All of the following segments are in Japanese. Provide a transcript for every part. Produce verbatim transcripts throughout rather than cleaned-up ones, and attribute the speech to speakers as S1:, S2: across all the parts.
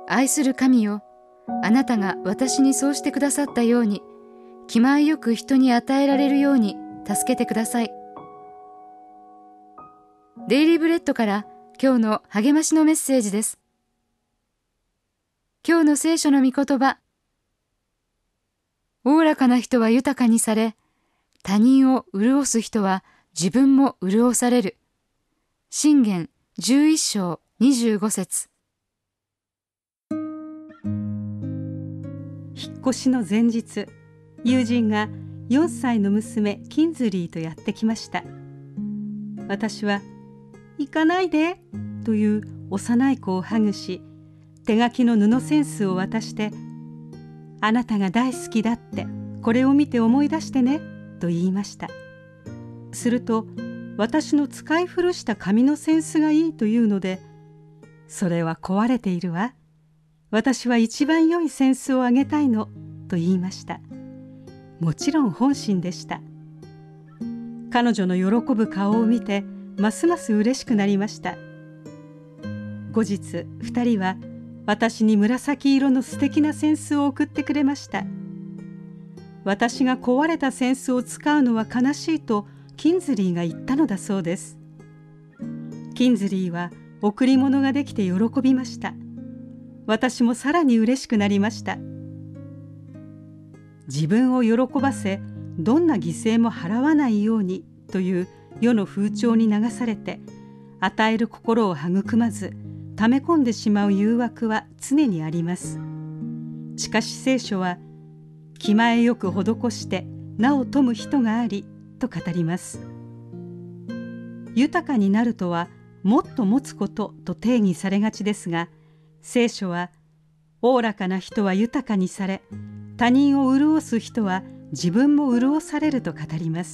S1: 愛する神よ、あなたが私にそうしてくださったように、気前よく人に与えられるように助けてください。デイリーブレッドから今日の励ましのメッセージです。今日の聖書の御言葉。おおらかな人は豊かにされ、他人を潤す人は自分も潤される。箴言じゅういっ章にじゅうご節。
S2: 引っ越しの前日、友人がよんさいの娘キンズリーとやってきました。私は行かないでという幼い子をハグし、手書きの布センスを渡して、あなたが大好きだってこれを見て思い出してねと言いました。すると私の使い古した紙のセンスがいいというので、それは壊れているわ。私は一番良いセンスをあげたいのと言いました。もちろん本心でした。彼女の喜ぶ顔を見てますます嬉しくなりました。後日二人は私に紫色の素敵なセンスを送ってくれました。私が壊れたセンスを使うのは悲しいとキンズリーが言ったのだそうです。キンズリーは贈り物ができて喜びました。私もさらに嬉しくなりました。自分を喜ばせ、どんな犠牲も払わないようにという世の風潮に流されて、与える心を育まず、溜め込んでしまう誘惑は常にあります。しかし聖書は、気前よく施して名を富む人がありと語ります。豊かになるとはもっと持つことと定義されがちですが、聖書はおおらかな人は豊かにされ、他人を潤す人は自分も潤されると語ります。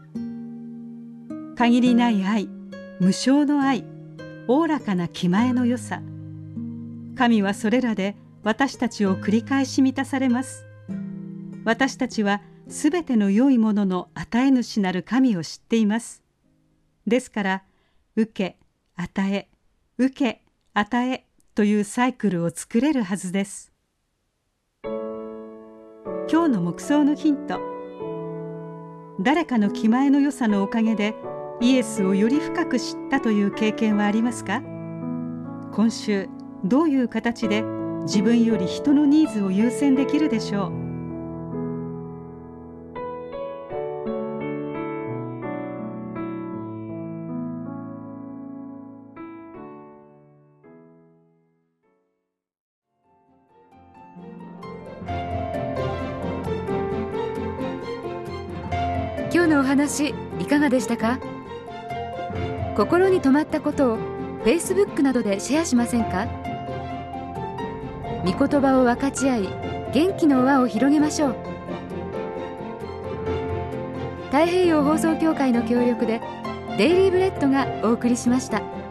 S2: 限りない愛、無償の愛、おおらかな気前の良さ、神はそれらで私たちを繰り返し満たされます。私たちはすべての良いものの与え主なる神を知っています。ですから受け与え受け与えというサイクルを作れるはずです。今日の黙想のヒント。誰かの気前の良さのおかげでイエスをより深く知ったという経験はありますか？今週どういう形で自分より人のニーズを優先できるでしょう？
S1: 今日のお話いかがでしたか？心に留まったことを Facebook などでシェアしませんか？御言葉を分かち合い、元気の輪を広げましょう。太平洋放送協会の協力でデイリーブレッドがお送りしました。